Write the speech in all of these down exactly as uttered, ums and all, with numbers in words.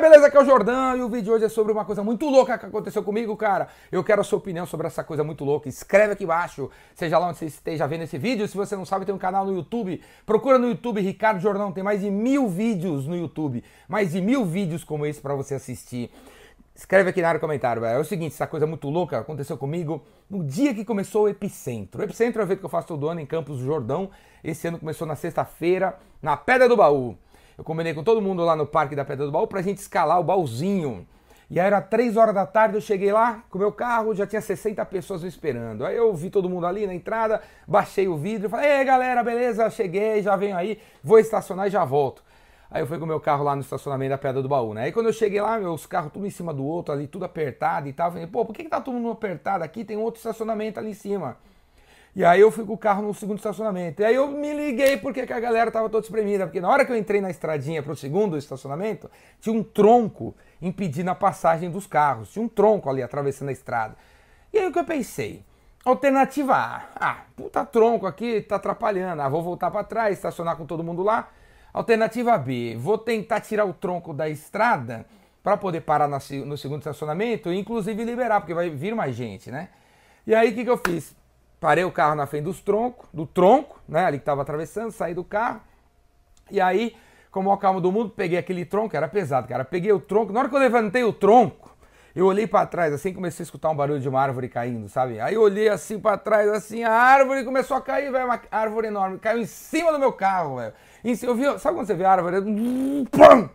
beleza? Aqui é o Jordão e o vídeo de hoje é sobre uma coisa muito louca que aconteceu comigo, cara. Eu quero a sua opinião sobre essa coisa muito louca. Escreve aqui embaixo, seja lá onde você esteja vendo esse vídeo. Se você não sabe, tem um canal no YouTube. Procura no YouTube Ricardo Jordão, tem mais de mil vídeos no YouTube. Mais de mil vídeos como esse pra você assistir. Escreve aqui na área do comentário, velho. É o seguinte, essa coisa muito louca aconteceu comigo no dia que começou o Epicentro. O Epicentro é o evento que eu faço todo ano em Campos do Jordão. Esse ano começou na sexta-feira, na Pedra do Baú. Eu combinei com todo mundo lá no Parque da Pedra do Baú pra gente escalar o baúzinho. E aí era três horas da tarde, eu cheguei lá com o meu carro, já tinha sessenta pessoas me esperando. Aí eu vi todo mundo ali na entrada, baixei o vidro e falei, ei galera, beleza, cheguei, já venho aí, vou estacionar e já volto. Aí eu fui com o meu carro lá no estacionamento da Pedra do Baú, né? Aí quando eu cheguei lá, meus carros tudo em cima do outro ali, tudo apertado e tal. Eu falei, pô, por que que tá todo mundo apertado aqui? Tem outro estacionamento ali em cima. E aí eu fui com o carro no segundo estacionamento. E aí eu me liguei porque que a galera tava toda espremida. Porque na hora que eu entrei na estradinha pro segundo estacionamento, tinha um tronco impedindo a passagem dos carros. Tinha um tronco ali atravessando a estrada. E aí o que eu pensei? Alternativa A. Ah, puta tronco aqui, tá atrapalhando. Ah, vou voltar para trás, estacionar com todo mundo lá. Alternativa B. Vou tentar tirar o tronco da estrada para poder parar no segundo estacionamento e inclusive liberar, porque vai vir mais gente, né? E aí o que que eu fiz? Parei o carro na frente dos troncos, do tronco, né, ali que estava atravessando, saí do carro. E aí, com o maior calma do mundo, peguei aquele tronco, era pesado, cara. Peguei o tronco, na hora que eu levantei o tronco, eu olhei para trás, assim, comecei a escutar um barulho de uma árvore caindo, sabe? Aí eu olhei assim para trás, assim, a árvore começou a cair, velho, uma árvore enorme, caiu em cima do meu carro, velho. Eu vi, sabe quando você vê a árvore? Pum!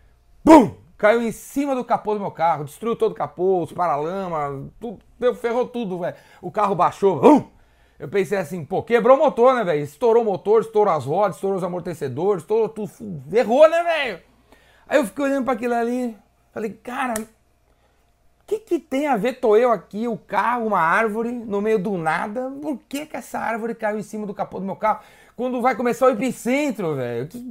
Bum! Caiu em cima do capô do meu carro, destruiu todo o capô, os paralamas, tudo, ferrou tudo, velho. O carro baixou, bum! Eu pensei assim, pô, quebrou o motor, né, velho? Estourou o motor, estourou as rodas, estourou os amortecedores, estourou tudo, errou, né, velho? Aí eu fiquei olhando para aquilo ali, falei, cara, o que que tem a ver, tô eu aqui, o carro, uma árvore, no meio do nada, por que que essa árvore caiu em cima do capô do meu carro? Quando vai começar o Epicentro, velho? Que...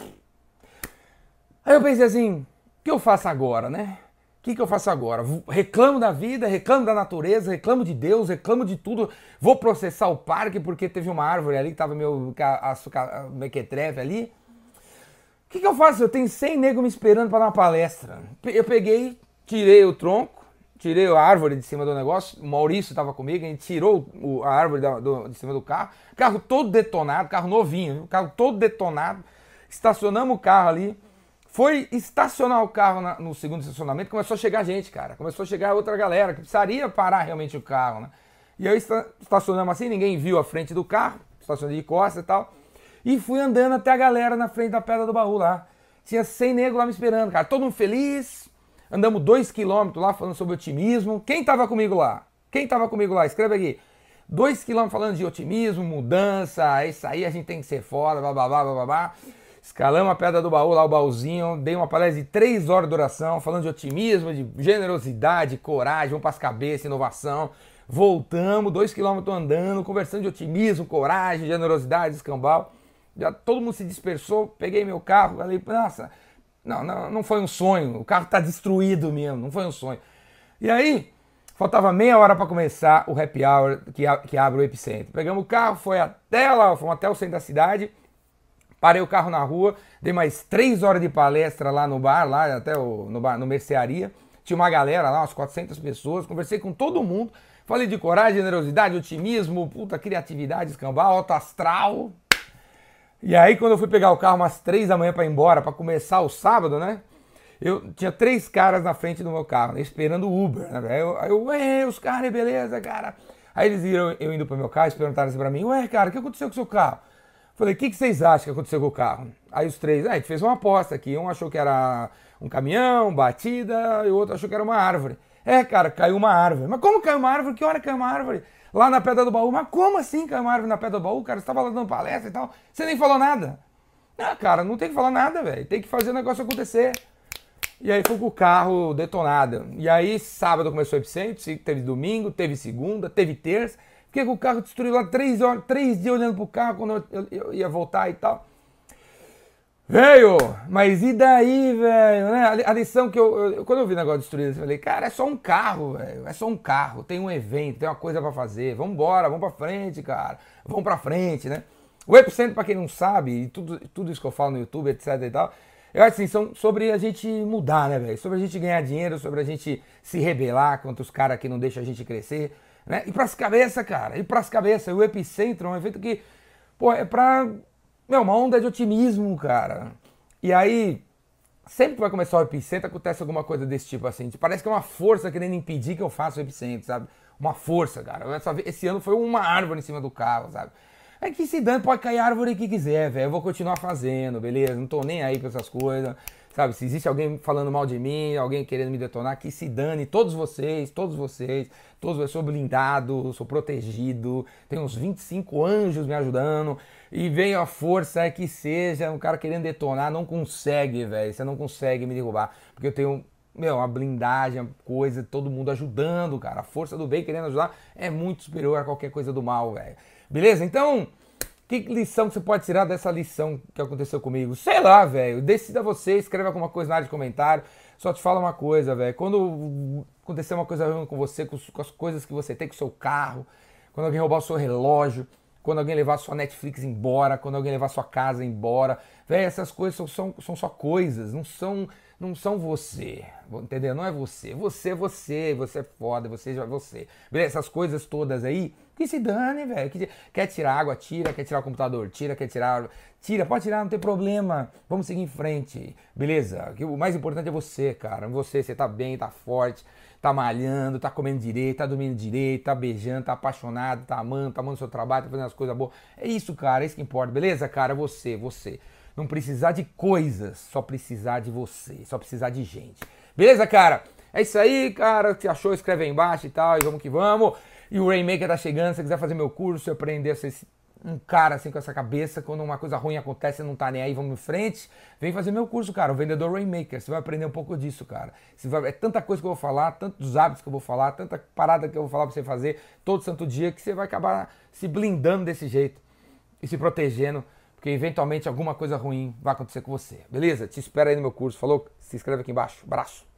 Aí eu pensei assim, o que eu faço agora, né? O que que eu faço agora? Reclamo da vida, reclamo da natureza, reclamo de Deus, reclamo de tudo. Vou processar o parque porque teve uma árvore ali que tava meu açúcar, mequetrefe ali. O que que eu faço? Eu tenho cem negros me esperando para dar uma palestra. Eu peguei, tirei o tronco, tirei a árvore de cima do negócio. O Maurício estava comigo, a gente tirou a árvore da, do, de cima do carro. Carro todo detonado, carro novinho, viu? Carro todo detonado. Estacionamos o carro ali. Foi estacionar o carro na, no segundo estacionamento, começou a chegar gente, cara. Começou a chegar outra galera que precisaria parar realmente o carro, né? E aí estacionamos assim, ninguém viu a frente do carro, estacionei de costas e tal. E fui andando até a galera na frente da Pedra do Baú lá. Tinha cem negros lá me esperando, cara. Todo mundo feliz. Andamos dois quilômetros lá falando sobre otimismo. Quem tava comigo lá? Quem tava comigo lá? Escreve aqui. Dois quilômetros falando de otimismo, mudança, é isso aí, a gente tem que ser foda, blá blá blá blá blá. Escalamos a Pedra do Baú, lá o baúzinho, dei uma palestra de três horas de duração, falando de otimismo, de generosidade, coragem, vamos para as cabeças, inovação. Voltamos, dois quilômetros andando, conversando de otimismo, coragem, generosidade, escambau. Já todo mundo se dispersou, peguei meu carro, falei, nossa, não, não, não foi um sonho, o carro está destruído mesmo, não foi um sonho. E aí, faltava meia hora para começar o happy hour que, que abre o Epicentro. Pegamos o carro, foi até lá, fomos até o centro da cidade. Parei o carro na rua, dei mais três horas de palestra lá no bar, lá até o, no, bar, no Mercearia. Tinha uma galera lá, umas quatrocentas pessoas, conversei com todo mundo. Falei de coragem, generosidade, otimismo, puta, criatividade, escambau, alto astral. E aí quando eu fui pegar o carro umas três da manhã para ir embora, para começar o sábado, né? Eu tinha três caras na frente do meu carro, né, esperando o Uber. Né? Aí eu, aí eu ué, os caras, beleza, cara. Aí eles viram eu indo pro meu carro e perguntaram assim pra mim, ué, cara, o que aconteceu com o seu carro? Falei, o que, que vocês acham que aconteceu com o carro? Aí os três, ah, a gente fez uma aposta aqui. Um achou que era um caminhão, batida, e o outro achou que era uma árvore. É, cara, caiu uma árvore. Mas como caiu uma árvore? Que hora caiu uma árvore? Lá na Pedra do Baú. Mas como assim caiu uma árvore na Pedra do Baú? Cara, você tava lá dando palestra e tal. Você nem falou nada. Ah, cara, não tem que falar nada, velho. Tem que fazer o negócio acontecer. E aí foi com o carro detonado. E aí sábado começou o Epicentro, teve domingo, teve segunda, teve terça. Fiquei com o carro destruído lá três horas, três dias olhando pro carro quando eu, eu, eu ia voltar e tal. Velho, mas e daí, velho? Né? A, a lição que eu, eu. Quando eu vi o negócio destruído, eu falei, cara, é só um carro, velho. É só um carro. Tem um evento, tem uma coisa pra fazer. Vamos embora, vamos pra frente, cara. Vamos pra frente, né? O Epicentro, pra quem não sabe, e tudo, tudo isso que eu falo no YouTube, etc e tal, Eu acho assim, são sobre a gente mudar, né, velho? Sobre a gente ganhar dinheiro, sobre a gente se rebelar contra os caras que não deixam a gente crescer, né? E pras cabeças, cara, e pras cabeças. O Epicentro é um evento que, pô, é pra, meu, uma onda de otimismo, cara. E aí, sempre que vai começar o Epicentro, acontece alguma coisa desse tipo, assim. Parece que é uma força querendo impedir que eu faça o Epicentro, sabe? Uma força, cara. Esse ano foi uma árvore em cima do carro, sabe? É que se dane, pode cair a árvore que quiser, velho. Eu vou continuar fazendo, beleza? Não tô nem aí pra essas coisas. Sabe, se existe alguém falando mal de mim, alguém querendo me detonar, que se dane, todos vocês, todos vocês, todos eu sou blindado, sou protegido, tenho uns vinte e cinco anjos me ajudando, e veio a força que seja, um cara querendo detonar, não consegue, velho, você não consegue me derrubar, porque eu tenho, meu, uma blindagem, uma coisa, todo mundo ajudando, cara, a força do bem querendo ajudar é muito superior a qualquer coisa do mal, velho. Beleza? Então, que lição que você pode tirar dessa lição que aconteceu comigo? Sei lá, velho. Decida você, escreve alguma coisa na área de comentário. Só te fala uma coisa, velho. Quando acontecer uma coisa ruim com você, com as coisas que você tem com o seu carro, quando alguém roubar o seu relógio, quando alguém levar a sua Netflix embora, quando alguém levar a sua casa embora, velho, essas coisas são, são, são só coisas, não são, não são você, entendeu? Não é você. Você é você, você é foda, você é você. Beleza? Essas coisas todas aí, que se dane, velho. Quer tirar água, tira. Quer tirar o computador, tira. Quer tirar... Tira, pode tirar, não tem problema. Vamos seguir em frente, beleza? O mais importante é você, cara. Você, você tá bem, tá forte, tá malhando, tá comendo direito, tá dormindo direito, tá beijando, tá apaixonado, tá amando, tá amando o seu trabalho, tá fazendo as coisas boas. É isso, cara, é isso que importa, beleza, cara? Você, você. Não precisar de coisas, só precisar de você, só precisar de gente. Beleza, cara? É isso aí, cara. Se achou, escreve aí embaixo e tal, e vamos que vamos. E o Rainmaker tá chegando, se você quiser fazer meu curso, eu aprender a ser um cara assim com essa cabeça, quando uma coisa ruim acontece, você não tá nem aí, vamos em frente, vem fazer meu curso, cara, o Vendedor Rainmaker, você vai aprender um pouco disso, cara. Você vai, é tanta coisa que eu vou falar, tantos hábitos que eu vou falar, tanta parada que eu vou falar pra você fazer todo santo dia, que você vai acabar se blindando desse jeito e se protegendo, porque eventualmente alguma coisa ruim vai acontecer com você, beleza? Te espero aí no meu curso, falou? Se inscreve aqui embaixo, abraço!